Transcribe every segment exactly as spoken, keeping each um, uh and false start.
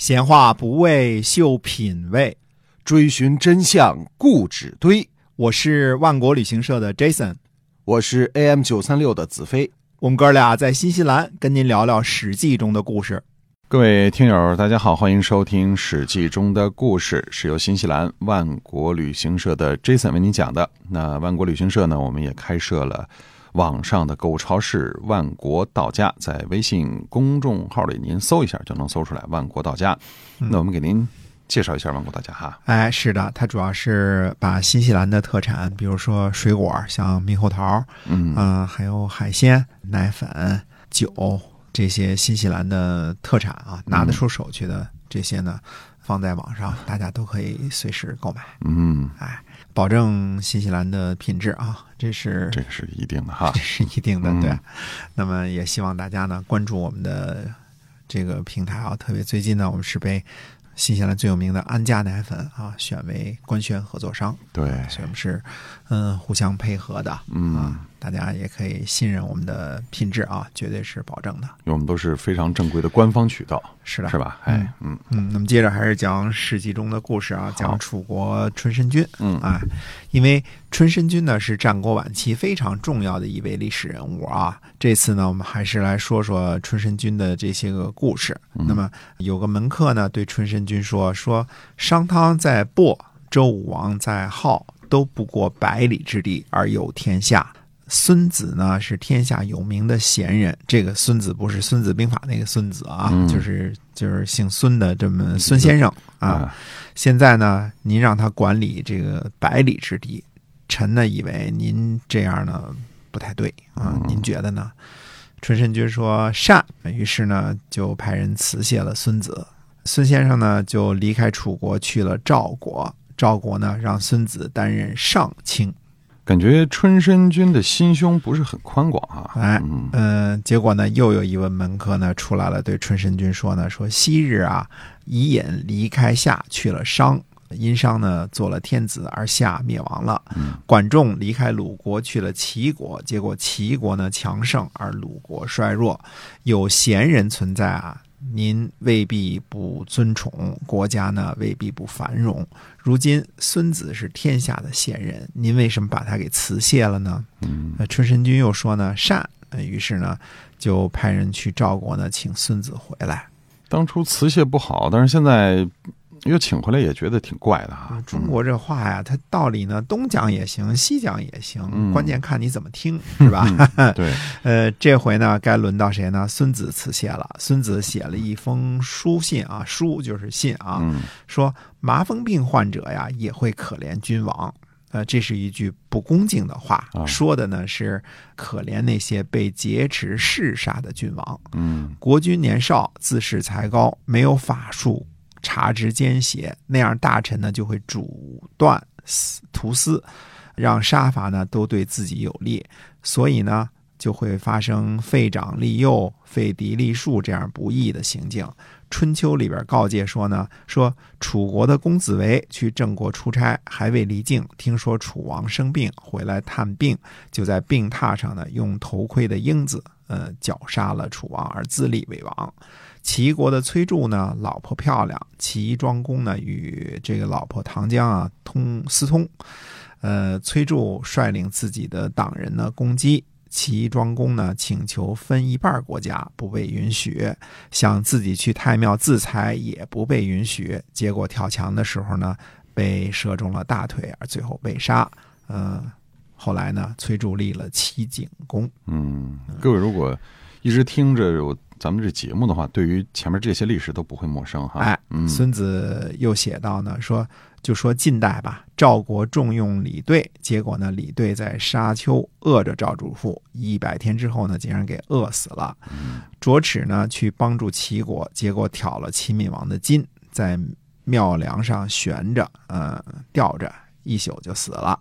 闲话不为秀品味， 追寻真相固执堆。 我是万国旅行社的 Jason， 我是 A M 九三六 的子飞。 我们哥俩在新西兰跟您聊聊史记中的故事。 各位听友大家好，欢迎收听史记中的故事，是由新西兰万国旅行社的 Jason 为您讲的。那万国旅行社呢，我们也开设了网上的购物超市万国到家，在微信公众号里您搜一下就能搜出来万国到家。那我们给您介绍一下万国到家哈。 哎，是的，它主要是把新西兰的特产，比如说水果，像猕猴桃，嗯、呃，还有海鲜、奶粉、酒这些新西兰的特产啊，拿得出手去的这些呢，放在网上，大家都可以随时购买。嗯，哎，保证新西兰的品质啊，这是这个是一定的哈， 这是一定的，对。 嗯、 那么也希望大家呢关注我们的这个平台啊，特别最近呢，我们是被新西兰最有名的安佳奶粉啊选为官宣合作商， 对， 所以我们是嗯互相配合的，嗯、啊，大家也可以信任我们的品质啊，绝对是保证的。 因为我们都是非常正规的官方渠道， 是的， 是吧？哎，嗯嗯，那么接着还是讲史记中的故事啊，讲楚国春申君， 嗯哎，因为春申君呢是战国晚期非常重要的一位历史人物啊。这次呢，我们还是来说说春申君的这些个故事。嗯、那么有个门客呢对春申君说：“说商汤在亳，周武王在镐，都不过百里之地而有天下。孙子呢是天下有名的贤人，这个孙子不是孙子兵法那个孙子啊，嗯、就是就是姓孙的这么孙先生啊。现在呢，您让他管理这个百里之地，臣呢以为您这样呢不太对啊，您觉得呢？”春申君说善，于是呢就派人辞谢了孙子。孙先生呢就离开楚国去了赵国，赵国呢让孙子担任上卿。 感觉春申君的心胸不是很宽广啊。 哎，嗯、呃，结果呢，又有一位门客呢出来了，对春申君说呢，说昔日啊，伊尹离开夏去了商，殷商呢做了天子，而夏灭亡了。管仲离开鲁国去了齐国，结果齐国呢强盛，而鲁国衰弱。有贤人存在啊，您未必不尊崇，国家呢未必不繁荣。如今孙子是天下的贤人，您为什么把他给辞谢了呢？嗯，春申君又说呢善，于是呢就派人去赵国呢请孙子回来。 当初辞谢不好，但是现在又请回来，也觉得挺怪的哈。 中国这话呀，它道理呢，东讲也行，西讲也行， 嗯、 关键看你怎么听，是吧？ 嗯、对， 呃，这回呢，该轮到谁呢？孙子辞谢了。孙子写了一封书信啊，书就是信啊，嗯、说麻风病患者呀也会可怜君王。呃，这是一句不恭敬的话，啊、说的呢是可怜那些被劫持弑杀的君王。嗯，国君年少，自恃才高，没有法术察之奸邪，那样大臣呢就会主断图私，让杀伐呢都对自己有利，所以呢就会发生废长立幼、废嫡立庶这样不义的行径。春秋里边告诫说呢，说楚国的公子围去郑国出差，还未离境，听说楚王生病，回来探病，就在病榻上呢用头盔的鹰子呃绞杀了楚王，而自立为王。齐国的崔杼呢，老婆漂亮，齐庄公呢与这个老婆唐姜啊通私通，呃，崔杼率领自己的党人呢攻击。齐庄公呢请求分一半国家，不被允许，想自己去太庙自裁也不被允许，结果跳墙的时候呢被射中了大腿，而最后被杀。呃，后来呢崔杼立了齐景公。 嗯，各位如果一直听着我咱们这节目的话，对于前面这些历史都不会陌生哈。 哎， 嗯、 孙子又写到呢，说就说近代吧，赵国重用李队，结果呢，李队在沙丘饿着赵主父，一百天之后呢，竟然给饿死了。卓齿呢去帮助齐国，结果挑了齐闵王的筋，在庙梁上悬着，呃，吊着。一宿就死了。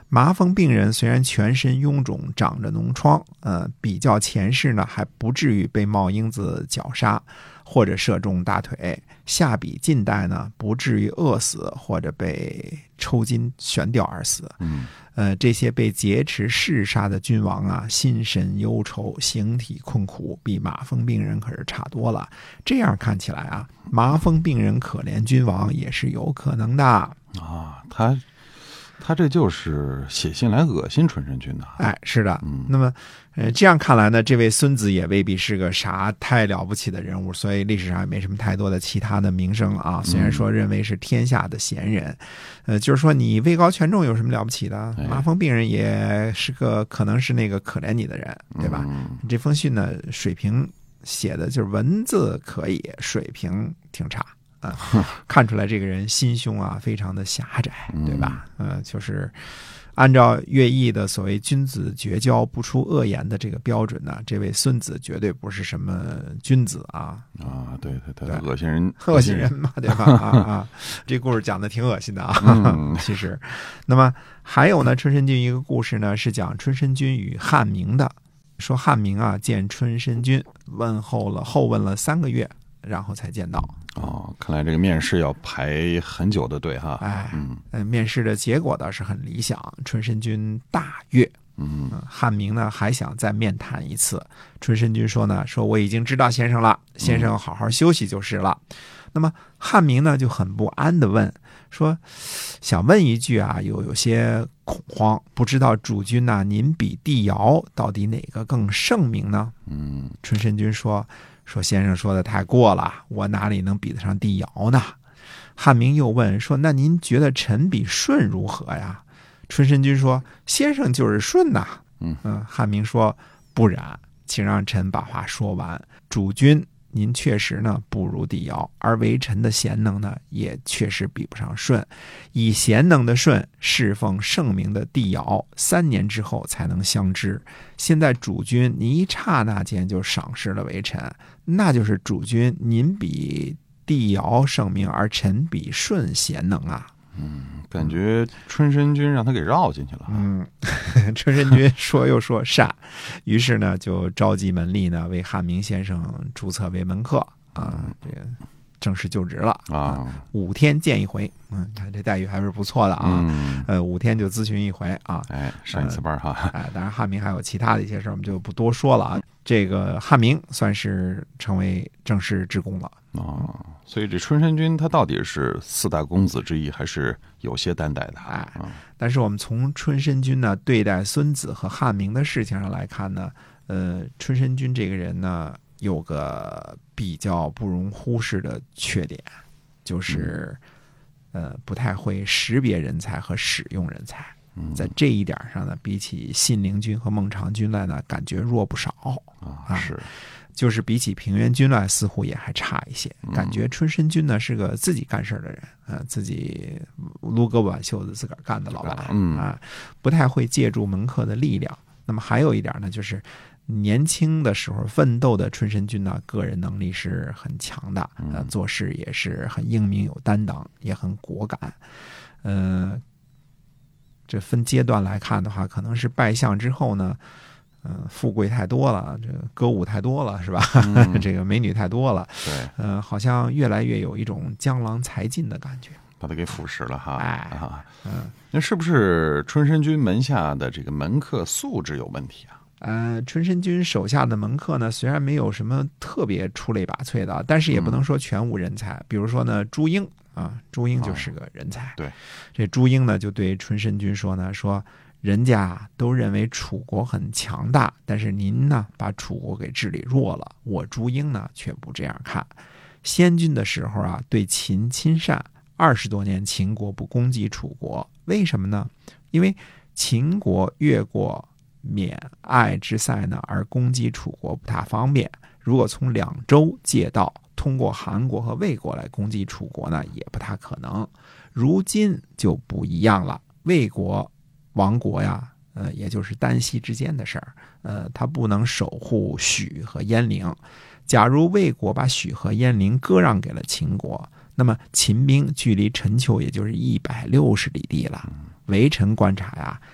麻风病人虽然全身臃肿，长着脓疮，呃，比较前世呢，还不至于被冒鹰子绞杀或者射中大腿，下比近代呢，不至于饿死或者被抽筋悬吊而死。 嗯， 呃，这些被劫持弑杀的君王啊，心神忧愁，形体困苦，比麻风病人可是差多了。这样看起来啊，麻风病人可怜君王也是有可能的啊。他他这就是写信来恶心春申君的。 哎，是的。 嗯， 那么，呃，这样看来呢，这位孙子也未必是个啥太了不起的人物，所以历史上也没什么太多的其他的名声啊。虽然说认为是天下的贤人，呃，就是说你位高权重有什么了不起的？麻风病人也是个可能是那个可怜你的人，对吧？ 嗯， 这封信呢，水平写的就是文字可以，水平挺差。啊，看出来这个人心胸啊非常的狭窄，对吧？呃，就是按照乐毅的所谓君子绝交不出恶言的这个标准呢，这位孙子绝对不是什么君子啊！ 啊，对对对，恶心人， 恶心人嘛，对吧？啊啊，这故事讲的挺恶心的啊， 嗯、 其实。那么还有呢，春申君一个故事呢，是讲春申君与汉明的，说汉明啊见春申君，问候了后问了三个月，然后才见到。 哦，看来这个面试要排很久的队哈。 哎， 嗯， 面试的结果倒是很理想，春申君大悦。 嗯， 汉明呢还想再面谈一次，春申君说呢，说我已经知道先生了，先生好好休息就是了。嗯、那么汉明呢就很不安地问，说想问一句啊，有有些恐慌，不知道主君呐、啊，您比帝尧到底哪个更圣明呢？ 嗯， 春申君说。说先生说的太过了，我哪里能比得上帝尧呢？汉明又问说，那您觉得臣比舜如何呀？春申君说，先生就是舜呐。 嗯嗯，汉明说，不然，请让臣把话说完。主君您确实呢不如帝尧，而为臣的贤能呢也确实比不上舜。以贤能的舜侍奉圣明的帝尧，三年之后才能相知。现在主君您一刹那间就赏识了为臣，那就是主君您比帝尧圣明，而臣比舜贤能啊。 嗯，感觉春申君让他给绕进去了。 嗯，春申君说又说善，于是呢就召集门吏呢为汉明先生注册为门客啊，这个正式就职了啊， 五天见一回。嗯，看这待遇还是不错的啊。 嗯， 呃，五天就咨询一回啊。 哎，上一次班哈。 呃、哎，当然汉明还有其他的一些事儿，我们就不多说了啊。这个汉明算是成为正式职工了。 哦，所以这春申君他到底是四大公子之一，还是有些担待的？ 哎，但是我们从春申君呢对待孙子和汉明的事情上来看呢，呃，春申君这个人呢有个比较不容忽视的缺点，就是呃不太会识别人才和使用人才。在这一点上呢，比起信陵君和孟尝君来呢，感觉弱不少啊。是。 就是比起平原君来，似乎也还差一些。感觉春申君呢是个自己干事的人，呃，自己撸胳膊挽袖子自个儿干的老板， 嗯啊，不太会借助门客的力量。那么还有一点呢，就是年轻的时候奋斗的春申君呢，个人能力是很强的，呃，做事也是很英明有担当，也很果敢。呃，这分阶段来看的话，可能是拜相之后呢。嗯，富贵太多了，这个歌舞太多了，是吧？嗯、这个美女太多了， 对， 嗯、呃，好像越来越有一种江郎才尽的感觉， 把他给腐蚀了哈。 哎， 啊， 嗯， 那是不是春申君门下的这个门客素质有问题啊？ 呃，春申君手下的门客呢，虽然没有什么特别出类拔萃的，但是也不能说全无人才。嗯、比如说呢，朱英啊，朱英就是个人才。 哦、对， 这朱英呢，就对春申君说呢，说。人家都认为楚国很强大，但是您呢把楚国给治理弱了，我朱英呢却不这样看。先君的时候啊，对秦亲善，二十多年秦国不攻击楚国，为什么呢？因为秦国越过缅爱之塞呢，而攻击楚国不太方便。如果从两周借道，通过韩国和魏国来攻击楚国呢，也不太可能。如今就不一样了，魏国亡国呀，呃，也就是丹西之间的事儿，呃，他不能守护许和鄢陵。假如魏国把许和鄢陵割让给了秦国，那么秦兵距离陈丘也就是一百六十里地了。微臣观察呀，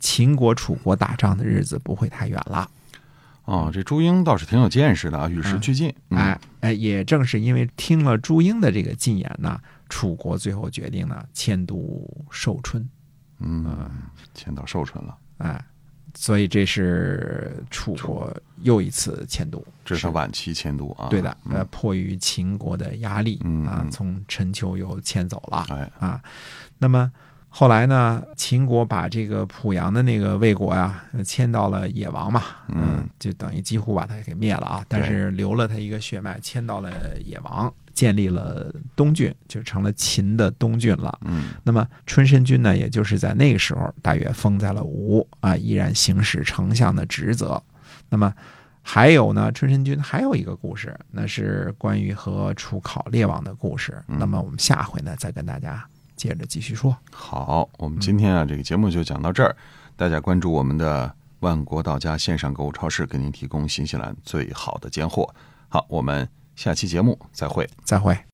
秦国楚国打仗的日子不会太远了。 哦，这朱英倒是挺有见识的啊，与时俱进。 嗯、哎哎，也正是因为听了朱英的这个进言呢，楚国最后决定呢迁都寿春。 嗯，迁到寿春了。 哎，所以这是楚国又一次迁都， 这是晚期迁都啊。 对的， 嗯、 呃，迫于秦国的压力、 嗯、 啊，从陈丘又迁走了。 哎啊，那么。后来呢，秦国把这个濮阳的那个魏国呀迁到了野王嘛，嗯，就等于几乎把他给灭了啊。但是留了他一个血脉，迁到了野王，建立了东郡，就成了秦的东郡了。 嗯， 那么春申君呢，也就是在那个时候，大约封在了吴啊，依然行使丞相的职责。那么还有呢，春申君还有一个故事，那是关于和楚考烈王的故事。 嗯、 那么我们下回呢，再跟大家接着继续说。 好，我们今天啊，这个节目就讲到这儿。大家关注我们的万国到家线上购物超市，给您提供新西兰最好的拣货。好，我们下期节目再会， 再会。